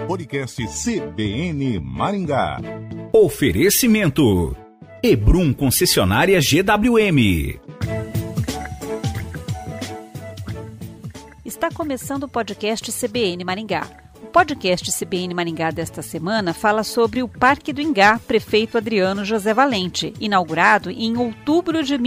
Podcast CBN Maringá. Oferecimento Hebrum Concessionária GWM. Está começando o podcast CBN Maringá. O podcast CBN Maringá desta semana fala sobre o Parque do Ingá, prefeito Adriano José Valente, inaugurado em outubro de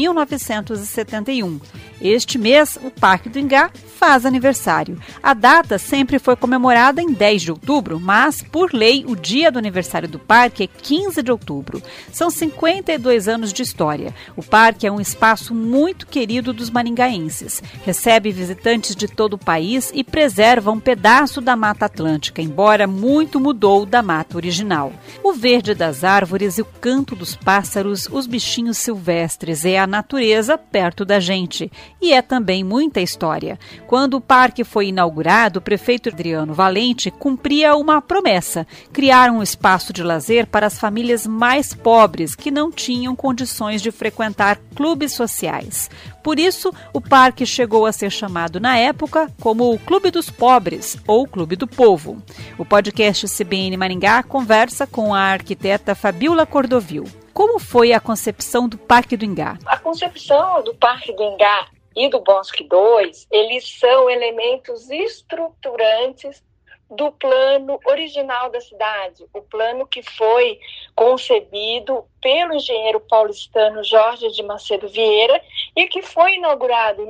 1971. Este mês, o Parque do Ingá faz aniversário. A data sempre foi comemorada em 10 de outubro, mas, por lei, o dia do aniversário do parque é 15 de outubro. São 52 anos de história. O parque é um espaço muito querido dos maringaenses. Recebe visitantes de todo o país e preserva um pedaço da Mata Atlântica, embora muito mudou da mata original. O verde das árvores e o canto dos pássaros, os bichinhos silvestres, é a natureza perto da gente. E é também muita história. Quando o parque foi inaugurado, o prefeito Adriano Valente cumpria uma promessa: criar um espaço de lazer para as famílias mais pobres que não tinham condições de frequentar clubes sociais. Por isso, o parque chegou a ser chamado na época como o Clube dos Pobres ou Clube do Povo. O podcast CBN Maringá conversa com a arquiteta Fabiola Cordovil. Como foi a concepção do Parque do Ingá? A concepção do Parque do Ingá e do Bosque 2, eles são elementos estruturantes do plano original da cidade, o plano que foi concebido pelo engenheiro paulistano Jorge de Macedo Vieira e que foi inaugurado em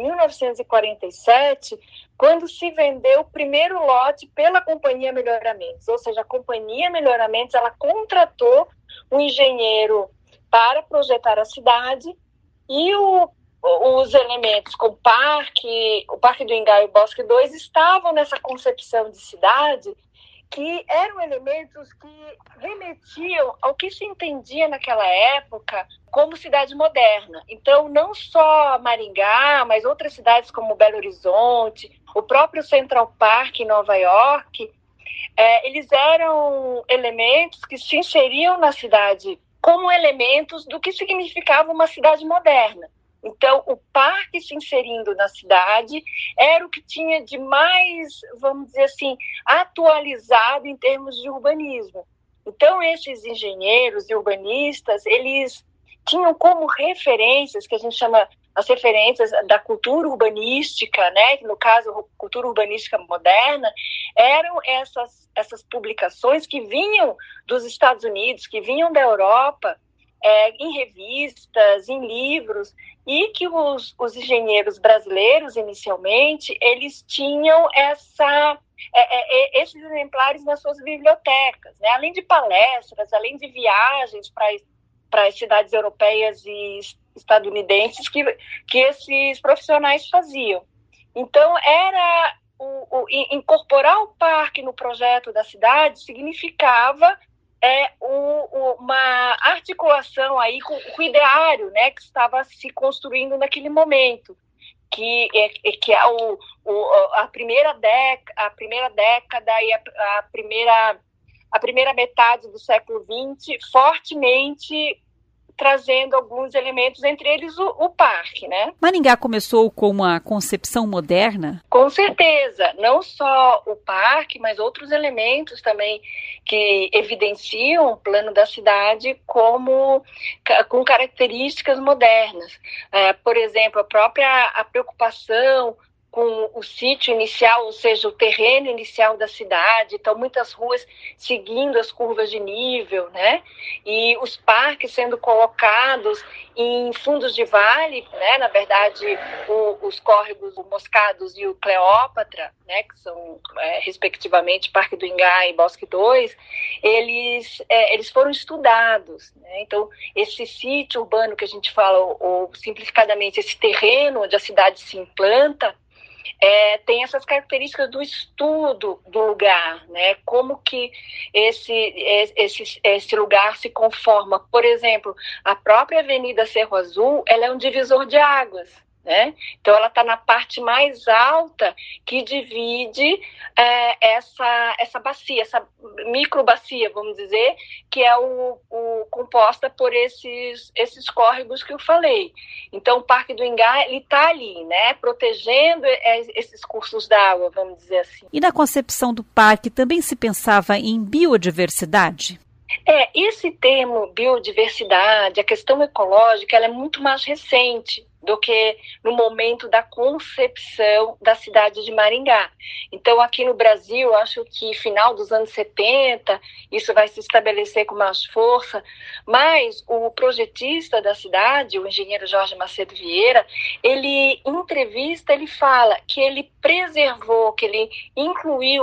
1947, quando se vendeu o primeiro lote pela Companhia Melhoramentos, ou seja, a Companhia Melhoramentos ela contratou um engenheiro para projetar a cidade e os elementos como o Parque do Ingá e o Bosque 2 estavam nessa concepção de cidade que eram elementos que remetiam ao que se entendia naquela época como cidade moderna. Então, não só Maringá, mas outras cidades como Belo Horizonte, o próprio Central Park em Nova York, eles eram elementos que se inseriam na cidade como elementos do que significava uma cidade moderna. Então, o parque se inserindo na cidade era o que tinha de mais, vamos dizer assim, atualizado em termos de urbanismo. Então, esses engenheiros e urbanistas, eles tinham como referências, que a gente chama as referências da cultura urbanística, né? Que no caso, cultura urbanística moderna, eram essas publicações que vinham dos Estados Unidos, que vinham da Europa, em revistas, em livros, e que os engenheiros brasileiros, inicialmente, eles tinham esses exemplares nas suas bibliotecas, né? Além de palestras, além de viagens para as cidades europeias e estadunidenses que esses profissionais faziam. Então, incorporar o parque no projeto da cidade significava uma articulação aí com o ideário, né, que estava se construindo naquele momento, que é a primeira década e a primeira metade do século XX, fortemente trazendo alguns elementos, entre eles o parque, né? Maringá começou com uma concepção moderna? Com certeza, não só o parque, mas outros elementos também que evidenciam o plano da cidade com características modernas. Por exemplo, a preocupação com o sítio inicial, ou seja, o terreno inicial da cidade, então muitas ruas seguindo as curvas de nível, né? E os parques sendo colocados em fundos de vale, né? Na verdade, os córregos, o Moscados e o Cleópatra, né? Que são, respectivamente, Parque do Ingá e Bosque 2, eles foram estudados, né? Então, esse sítio urbano que a gente fala, ou simplificadamente, esse terreno onde a cidade se implanta, tem essas características do estudo do lugar, né? Como que esse lugar se conforma. Por exemplo, a própria Avenida Cerro Azul, ela é um divisor de águas. né? Então, ela está na parte mais alta que divide essa bacia, essa microbacia, vamos dizer, que é composta por esses córregos que eu falei. Então, o Parque do Ingá está ali, né? Protegendo esses cursos d'água, vamos dizer assim. E na concepção do parque também se pensava em biodiversidade? Esse termo biodiversidade, a questão ecológica, ela é muito mais recente do que no momento da concepção da cidade de Maringá. Então, aqui no Brasil, acho que final dos anos 70, isso vai se estabelecer com mais força, mas o projetista da cidade, o engenheiro Jorge Macedo Vieira, ele, em entrevista, ele fala que ele preservou, que ele incluiu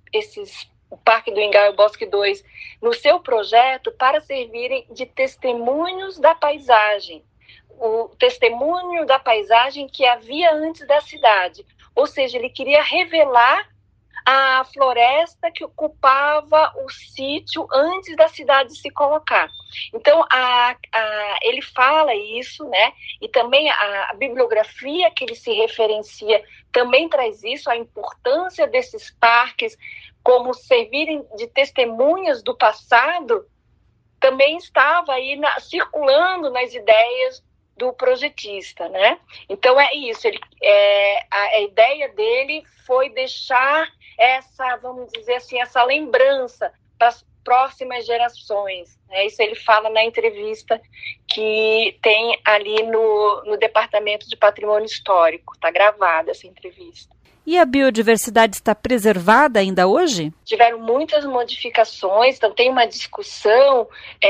o Parque do Ingá e o Bosque 2 no seu projeto para servirem de testemunhos da paisagem, o testemunho da paisagem que havia antes da cidade. Ou seja, ele queria revelar a floresta que ocupava o sítio antes da cidade se colocar. Então, ele fala isso, né? E também a bibliografia que ele se referencia também traz isso, a importância desses parques como servirem de testemunhas do passado, também estava aí circulando nas ideias do projetista, né? Então é isso, a ideia dele foi deixar vamos dizer assim, essa lembrança para as próximas gerações. Isso ele fala na entrevista que tem ali no Departamento de Patrimônio Histórico, está gravada essa entrevista. E a biodiversidade está preservada ainda hoje? Tiveram muitas modificações, então tem uma discussão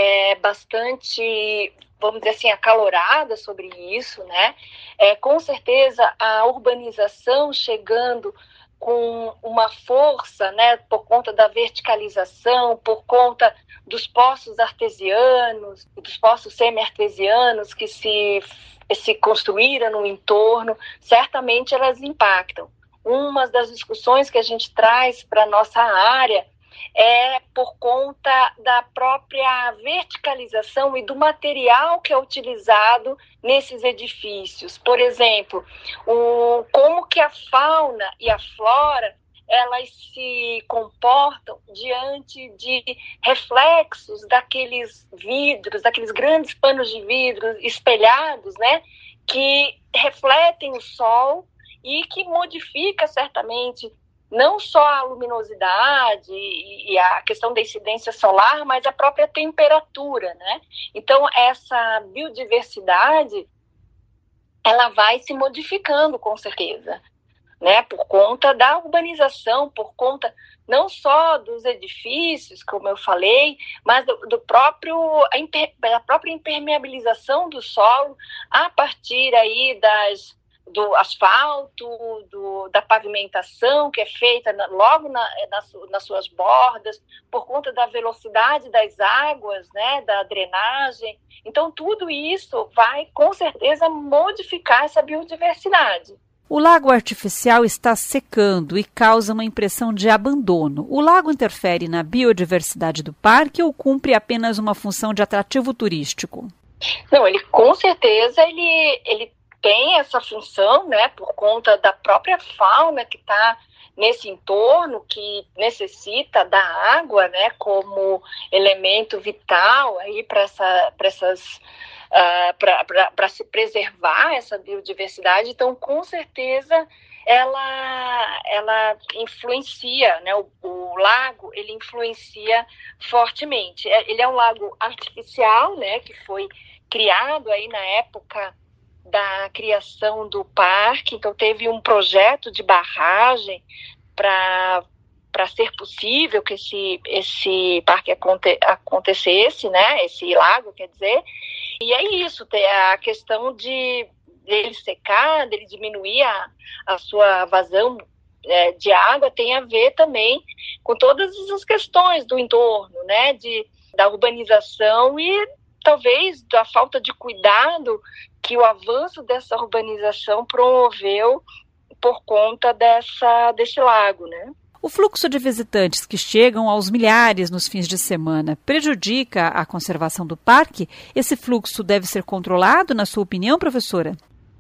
bastante, vamos dizer assim, acalorada sobre isso, né? Com certeza a urbanização chegando com uma força, né, por conta da verticalização, por conta dos poços artesianos, dos poços semi-artesianos que se construíram no entorno, certamente elas impactam. Uma das discussões que a gente traz para a nossa área é por conta da própria verticalização e do material que é utilizado nesses edifícios. Por exemplo, como que a fauna e a flora elas se comportam diante de reflexos daqueles vidros, daqueles grandes panos de vidro espelhados, né, que refletem o sol e que modifica certamente não só a luminosidade e a questão da incidência solar, mas a própria temperatura, né? Então, essa biodiversidade, ela vai se modificando, com certeza, né? Por conta da urbanização, por conta não só dos edifícios, como eu falei, mas da própria impermeabilização do solo a partir aí do asfalto, da pavimentação que é feita logo nas suas bordas, por conta da velocidade das águas, né, da drenagem. Então, tudo isso vai, com certeza, modificar essa biodiversidade. O lago artificial está secando e causa uma impressão de abandono. O lago interfere na biodiversidade do parque ou cumpre apenas uma função de atrativo turístico? Não, ele com certeza ele tem essa função, né, por conta da própria fauna que está nesse entorno, que necessita da água, né, como elemento vital aí para se preservar essa biodiversidade. Então, com certeza, ela influencia, né, o lago, ele influencia fortemente. Ele é um lago artificial, né, que foi criado aí na época da criação do parque, então teve um projeto de barragem para ser possível que esse parque acontecesse, né? Esse lago, quer dizer. E é isso, tem a questão dele secar, dele diminuir a sua vazão de água, tem a ver também com todas as questões do entorno, né? Da urbanização e talvez da falta de cuidado que o avanço dessa urbanização promoveu por conta desse lago, né? O fluxo de visitantes que chegam aos milhares nos fins de semana prejudica a conservação do parque? Esse fluxo deve ser controlado, na sua opinião, professora?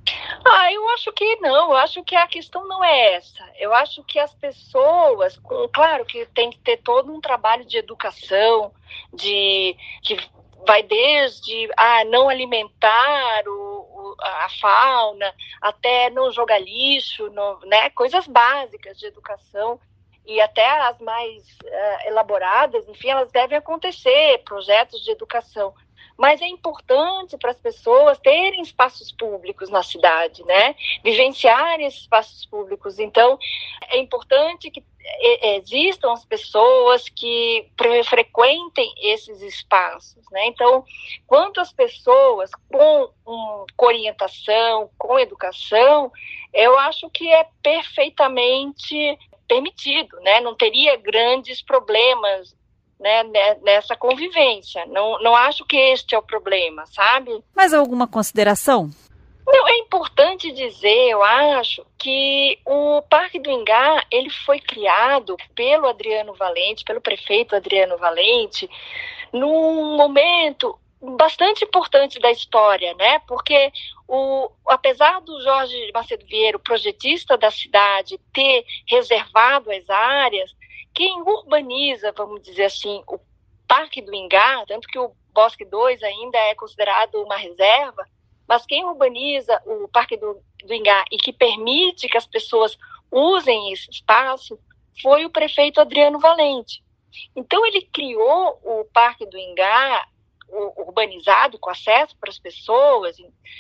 Eu acho que não, eu acho que a questão não é essa. Eu acho que as pessoas, claro que tem que ter todo um trabalho de educação, que vai desde não alimentar a fauna, até não jogar lixo, né? Coisas básicas de educação. E até as mais elaboradas, enfim, elas devem acontecer, projetos de educação. Mas é importante para as pessoas terem espaços públicos na cidade, né? Vivenciarem esses espaços públicos. Então, é importante que existam as pessoas que frequentem esses espaços, né? Então, quantas pessoas com orientação, com educação, eu acho que é perfeitamente permitido, né? Não teria grandes problemas, né, nessa convivência. Não acho que este é o problema, sabe? Mais alguma consideração? Não, é importante dizer, eu acho, que o Parque do Ingá, ele foi criado pelo Adriano Valente, pelo prefeito Adriano Valente, num momento bastante importante da história, né? Porque apesar do Jorge Macedo Vieira, o projetista da cidade, ter reservado as áreas, quem urbaniza, vamos dizer assim, o Parque do Ingá, tanto que o Bosque 2 ainda é considerado uma reserva, mas quem urbaniza o Parque do Ingá e que permite que as pessoas usem esse espaço foi o prefeito Adriano Valente. Então ele criou o Parque do Ingá urbanizado, com acesso para as pessoas,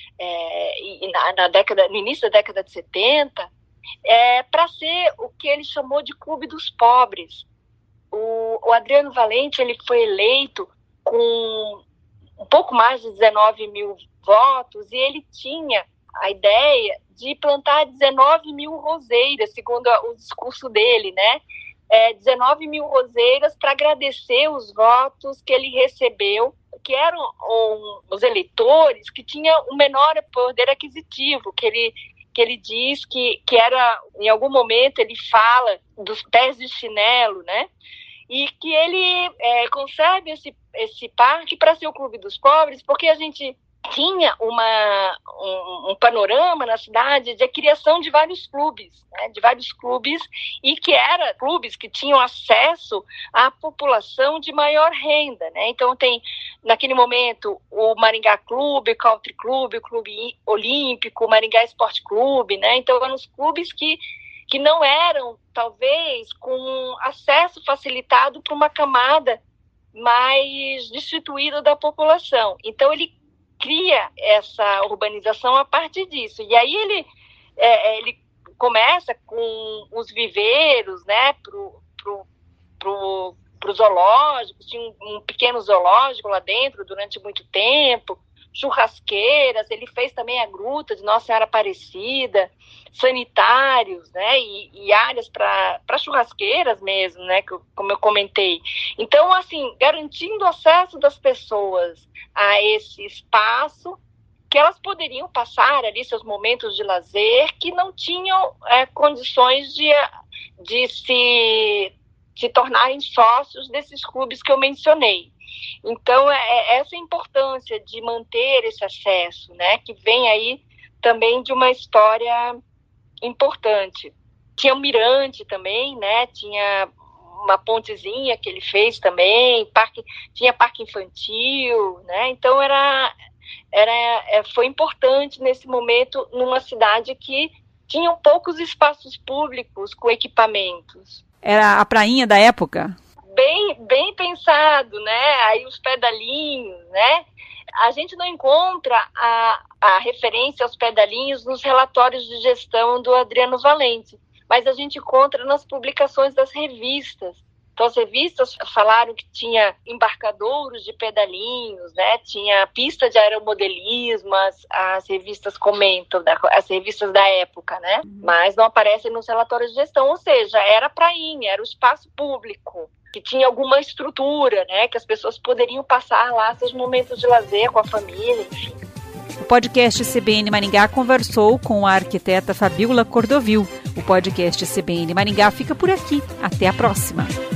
no início da década de 70, para ser o que ele chamou de Clube dos Pobres. O Adriano Valente, ele foi eleito com um pouco mais de 19 mil votos e ele tinha a ideia de plantar 19 mil roseiras, segundo o discurso dele, né? 19 mil roseiras para agradecer os votos que ele recebeu, que eram os eleitores que tinham um menor poder aquisitivo, que ele diz que era, em algum momento ele fala dos pés de chinelo, né? E que ele concebe esse parque para ser o Clube dos Pobres, porque a gente tinha um panorama na cidade de criação de vários clubes, né? De vários clubes, e que eram clubes que tinham acesso à população de maior renda, né? Então tem, naquele momento, o Maringá Clube, o Country Clube, o Clube Olímpico, o Maringá Esporte Clube, né? Então eram os clubes que não eram, talvez, com acesso facilitado para uma camada mais destituída da população. Então ele cria essa urbanização a partir disso. E aí ele começa com os viveiros, né, pro zoológico, tinha um pequeno zoológico lá dentro durante muito tempo, churrasqueiras, ele fez também a gruta de Nossa Senhora Aparecida, sanitários, né, e áreas para churrasqueiras mesmo, né, como eu comentei. Então, assim, garantindo o acesso das pessoas a esse espaço, que elas poderiam passar ali seus momentos de lazer, que não tinham condições de se tornarem sócios desses clubes que eu mencionei. Então, essa importância de manter esse acesso, né, que vem aí também de uma história importante. Tinha um mirante também, né, tinha uma pontezinha que ele fez também, tinha parque infantil, né, então foi importante nesse momento numa cidade que tinha poucos espaços públicos com equipamentos. Era a prainha da época? Bem pensado, né? Aí os pedalinhos, né? A gente não encontra a referência aos pedalinhos nos relatórios de gestão do Adriano Valente, mas a gente encontra nas publicações das revistas. Então, as revistas falaram que tinha embarcadouros de pedalinhos, né? Tinha pista de aeromodelismo, as revistas comentam, as revistas da época, né? Mas não aparecem nos relatórios de gestão, ou seja, era prainha, era o espaço público, que tinha alguma estrutura, né? Que as pessoas poderiam passar lá seus momentos de lazer com a família, enfim. O podcast CBN Maringá conversou com a arquiteta Fabíola Cordovil. O podcast CBN Maringá fica por aqui. Até a próxima.